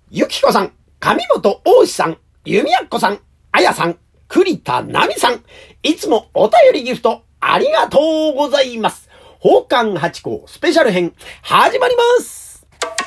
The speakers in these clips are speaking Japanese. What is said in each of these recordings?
ゆきこさん、上本大志さん、ゆみやっこさん、あやさん、栗田なみさん、いつもお便りギフトありがとうございます。宝冠八甲スペシャル編始まります。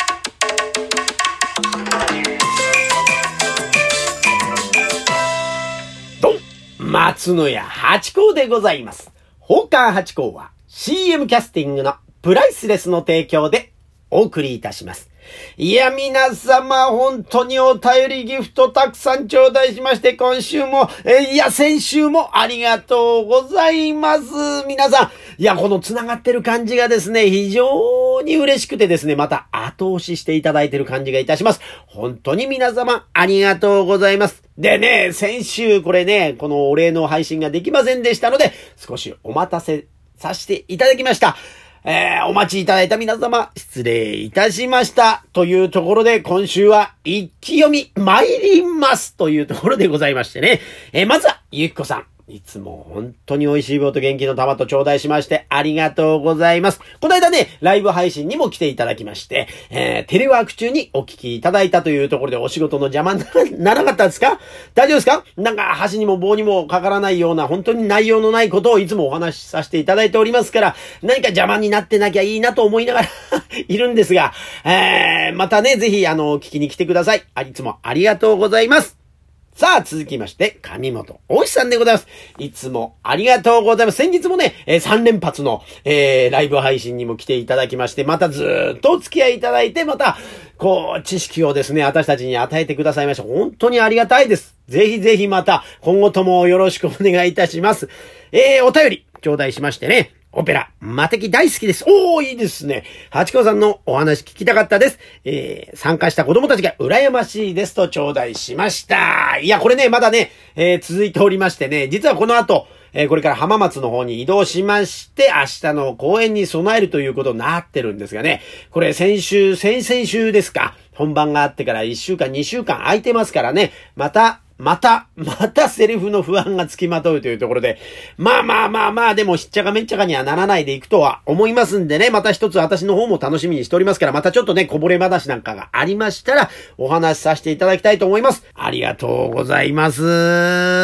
どん、松野屋八甲でございます。宝冠八甲は CM キャスティングのプライスレスの提供でお送りいたします。いや、皆様、本当にお便りギフトたくさん頂戴しまして、今週も、先週もありがとうございます。皆さん、いや、この繋がってる感じがですね、非常に嬉しくてですね、また後押ししていただいてる感じがいたします。本当に皆様、ありがとうございます。でね、先週これね、このお礼の配信ができませんでしたので、少しお待たせさせていただきました。お待ちいただいた皆様、失礼いたしました。というところで、今週は一気読み参りますというところでございましてね。まずは、ゆきこさん。いつも本当に美味しい棒と元気の玉と頂戴しましてありがとうございます。この間ね、ライブ配信にも来ていただきまして、テレワーク中にお聞きいただいたというところでお仕事の邪魔にならなかったですか？大丈夫ですか？なんか箸にも棒にもかからないような本当に内容のないことをいつもお話しさせていただいておりますから、何か邪魔になってなきゃいいなと思いながらいるんですが、またね、ぜひ聞きに来てください。いつもありがとうございます。さあ、続きまして、上本大志さんでございます。いつもありがとうございます。先日もね、3連発の、ライブ配信にも来ていただきまして、またずーっとお付き合いいただいて、また、知識をですね、私たちに与えてくださいました。本当にありがたいです。ぜひぜひまた、今後ともよろしくお願いいたします。お便り、頂戴しましてね。オペラ、魔敵大好きです。いいですね。八甲さんのお話聞きたかったです。参加した子供たちが羨ましいですと頂戴しました。いや、これね、まだね、続いておりましてね、実はこの後、これから浜松の方に移動しまして、明日の公演に備えるということになってるんですがね、これ先々週ですか。本番があってから1週間、2週間空いてますからね、またセリフの不安がつきまとうというところで、まあ、でもしっちゃかめっちゃかにはならないでいくとは思いますんでね、また一つ私の方も楽しみにしておりますから、またちょっとね、こぼれ話なんかがありましたら、お話しさせていただきたいと思います。ありがとうございます。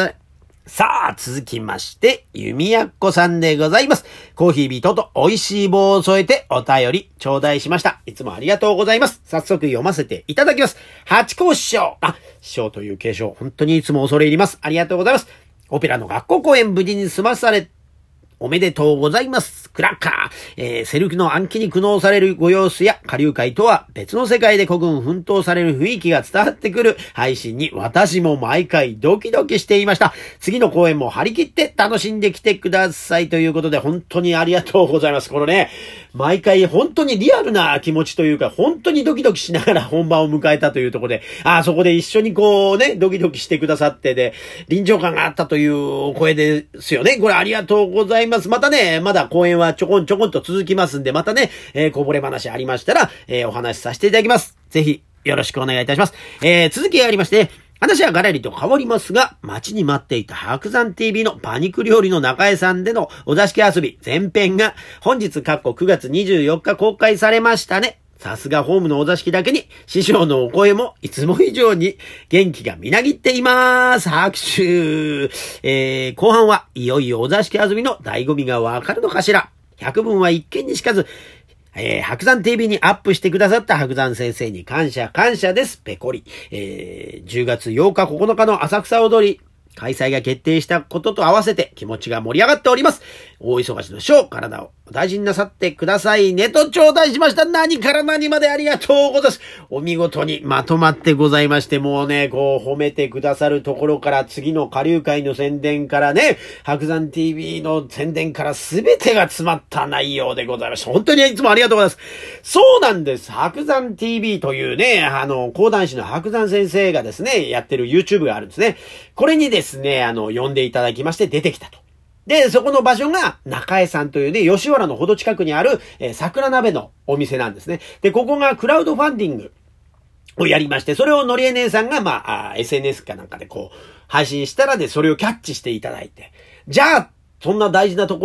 さあ、続きまして、ゆみやっこさんでございます。コーヒービートと美味しい棒を添えてお便り頂戴しました。いつもありがとうございます。早速読ませていただきます。八甲師匠。師匠という継承、本当にいつも恐れ入ります。ありがとうございます。オペラの学校公演無事に済まされ、おめでとうございます。クラッカー。セルフの暗記に苦悩されるご様子や、下流会とは別の世界で孤軍奮闘される雰囲気が伝わってくる配信に私も毎回ドキドキしていました。次の公演も張り切って楽しんできてくださいということで、本当にありがとうございます。このね、毎回本当にリアルな気持ちというか、本当にドキドキしながら本番を迎えたというところで、そこで一緒にドキドキしてくださってで、臨場感があったというお声ですよね。これありがとうございます。またね、まだ公演はちょこんと続きますんで、またね、こぼれ話ありましたら、お話しさせていただきます。ぜひ、よろしくお願いいたします。続きがありまして、話はガラリと変わりますが、待ちに待っていた白山 TV の馬肉料理の中江さんでのお座敷遊び前編が本日9月24日公開されましたね。さすがホームのお座敷だけに師匠のお声もいつも以上に元気がみなぎっています。拍手。後半はいよいよお座敷遊びの醍醐味がわかるのかしら。百聞は一見にしかず。白山 TV にアップしてくださった白山先生に感謝です。ペコリ。10月8日9日の浅草踊り開催が決定したことと合わせて気持ちが盛り上がっております。大忙しのショー、体をお大事になさってくださいねと頂戴しました。何から何までありがとうございます。お見事にまとまってございまして、もうね、褒めてくださるところから次の下流会の宣伝からね、白山 TV の宣伝から全てが詰まった内容でございました。本当にいつもありがとうございます。そうなんです。白山 TV というね、講談師の白山先生がですね、やってる YouTube があるんですね。これにですね、呼んでいただきまして出てきたと。で、そこの場所が中江さんというね、吉原のほど近くにある、桜鍋のお店なんですね。で、ここがクラウドファンディングをやりまして、それをのりえ姉さんがSNS かなんかで配信したらで、それをキャッチしていただいて、じゃあ、そんな大事なところ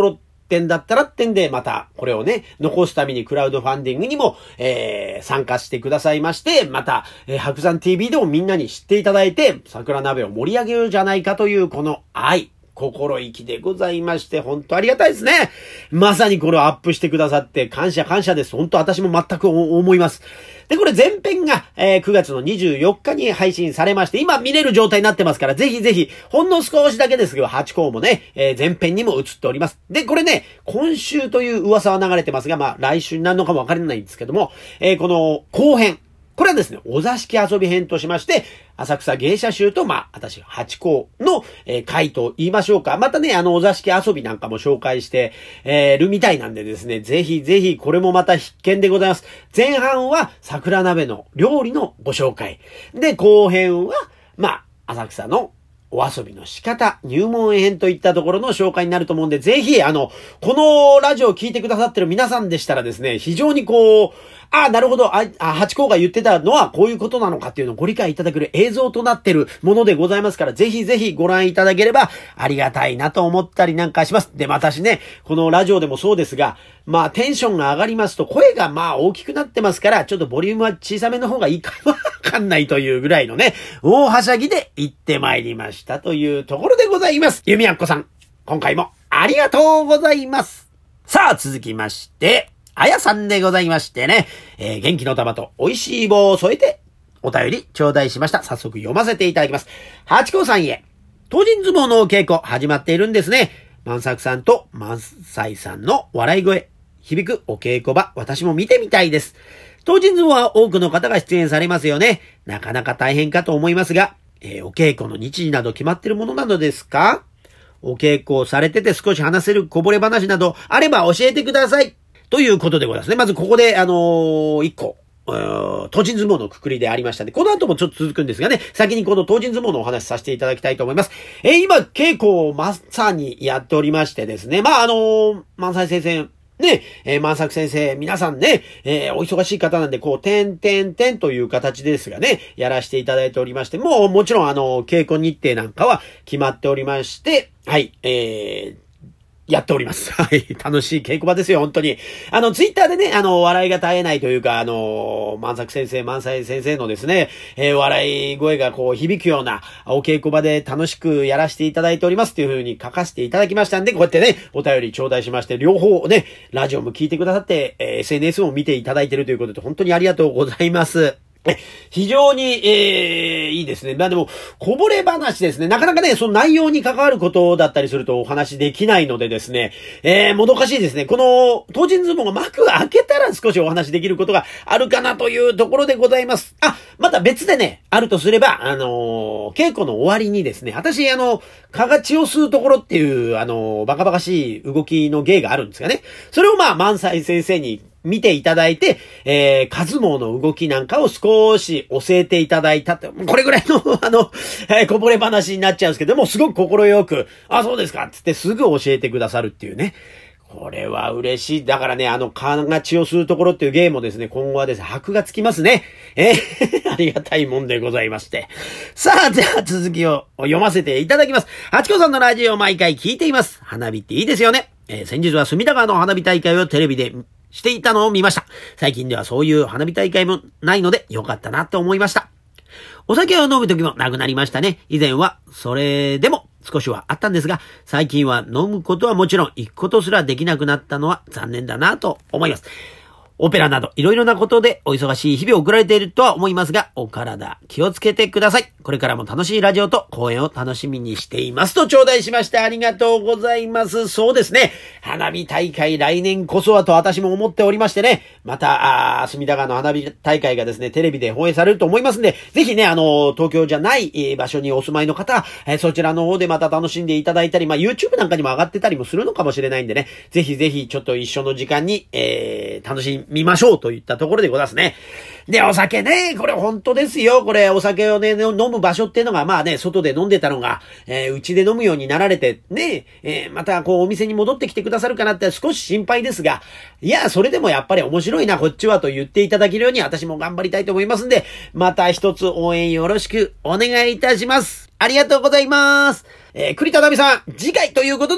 点だったらってんで、またこれをね、残すためにクラウドファンディングにも、参加してくださいまして、また、白山 TV でもみんなに知っていただいて、桜鍋を盛り上げようじゃないかというこの愛。心意気でございまして、本当ありがたいですね。まさにこれをアップしてくださって感謝です。本当私も全く思います。で、これ前編が、9月の24日に配信されまして、今見れる状態になってますから、ぜひぜひ、ほんの少しだけですけど、8校もね、前編にも映っております。で、これね、今週という噂は流れてますが、まあ来週になるのかもわからないんですけども、この後編、これはですね、お座敷遊び編としまして、浅草芸者集と、私、八甲の、会と言いましょうか。またね、お座敷遊びなんかも紹介して、るみたいなんでですね、ぜひぜひ、これもまた必見でございます。前半は、桜鍋の料理のご紹介。で、後編は、浅草のお遊びの仕方、入門編といったところの紹介になると思うんで、ぜひ、このラジオを聞いてくださってる皆さんでしたらですね、非常になるほど、八甲が言ってたのはこういうことなのかっていうのをご理解いただける映像となってるものでございますから、ぜひぜひご覧いただければありがたいなと思ったりなんかします。で、私ね、このラジオでもそうですが、テンションが上がりますと声が大きくなってますから、ちょっとボリュームは小さめの方がいいかわかんないというぐらいのね、大はしゃぎで行ってまいりましたというところでございます。ゆみやっこさん、今回もありがとうございます。さあ、続きまして、あやさんでございましてね、元気の玉と美味しい棒を添えてお便り頂戴しました。早速読ませていただきます。八甲さんへ、東尋相撲のお稽古始まっているんですね。万作さんと万歳さんの笑い声、響くお稽古場、私も見てみたいです。東尋相撲は多くの方が出演されますよね。なかなか大変かと思いますが、お稽古の日時など決まっているものなのですか？お稽古をされてて少し話せるこぼれ話などあれば教えてください。ということでございますね。まずここで、一個、東尋相撲のくくりでありましたね。この後もちょっと続くんですがね、先にこの東尋相撲のお話させていただきたいと思います。今、稽古をまさにやっておりましてですね、万歳先生、ね、万作先生、皆さんね、お忙しい方なんで、点という形ですがね、やらせていただいておりまして、もちろん稽古日程なんかは決まっておりまして、はい、やっております。はい。楽しい稽古場ですよ、本当に。ツイッターでね、笑いが絶えないというか、万作先生、万歳先生のですね、笑い声が響くようなお稽古場で楽しくやらせていただいておりますという風に書かせていただきましたんで、こうやってね、お便り頂戴しまして、両方ね、ラジオも聞いてくださって、SNS も見ていただいているということで、本当にありがとうございます。非常に、いいですね。でも、こぼれ話ですね。なかなかね、その内容に関わることだったりするとお話できないのでですね、もどかしいですね。この、東尋相撲が幕開けたら少しお話できることがあるかなというところでございます。また別でね、あるとすれば、稽古の終わりにですね、私、蚊が血を吸うところっていう、バカバカしい動きの芸があるんですがね。それを万歳先生に見ていただいて、蚊相撲の動きなんかを少し教えていただいたって、これぐらいの、こぼれ話になっちゃうんですけども、すごく心よく、そうですかつってすぐ教えてくださるっていうね。これは嬉しい。だからね、蚊が血を吸うところっていう芸もですね、今後はですね、箔がつきますね。ありがたいもんでございまして。さあ、じゃあ続きを読ませていただきます。八甲さんのラジオを毎回聞いています。花火っていいですよね。先日は隅田川の花火大会をテレビでしていたのを見ました。最近ではそういう花火大会もないのでよかったなと思いました。お酒を飲む時もなくなりましたね。以前はそれでも少しはあったんですが、最近は飲むことはもちろん行くことすらできなくなったのは残念だなと思います。オペラなどいろいろなことでお忙しい日々を送られているとは思いますが、お体気をつけてください。これからも楽しいラジオと公演を楽しみにしていますと頂戴しまして、ありがとうございます。そうですね。花火大会来年こそはと私も思っておりましてね。また、隅田川の花火大会がですね、テレビで放映されると思いますんで、ぜひね、東京じゃない場所にお住まいの方、そちらの方でまた楽しんでいただいたり、YouTube なんかにも上がってたりもするのかもしれないんでね、ぜひぜひちょっと一緒の時間に、楽しみましょうといったところでございますね。で、お酒ね、これ本当ですよ。これ、お酒をね、飲む場所っていうのが、外で飲んでたのが、うちで飲むようになられて、ね、また、お店に戻ってきてくださるかなって少し心配ですが、いや、それでもやっぱり面白いな、こっちはと言っていただけるように、私も頑張りたいと思いますんで、また一つ応援よろしくお願いいたします。ありがとうございます。栗田奈美さん、次回ということで、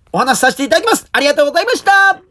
お話しさせていただきます。ありがとうございました。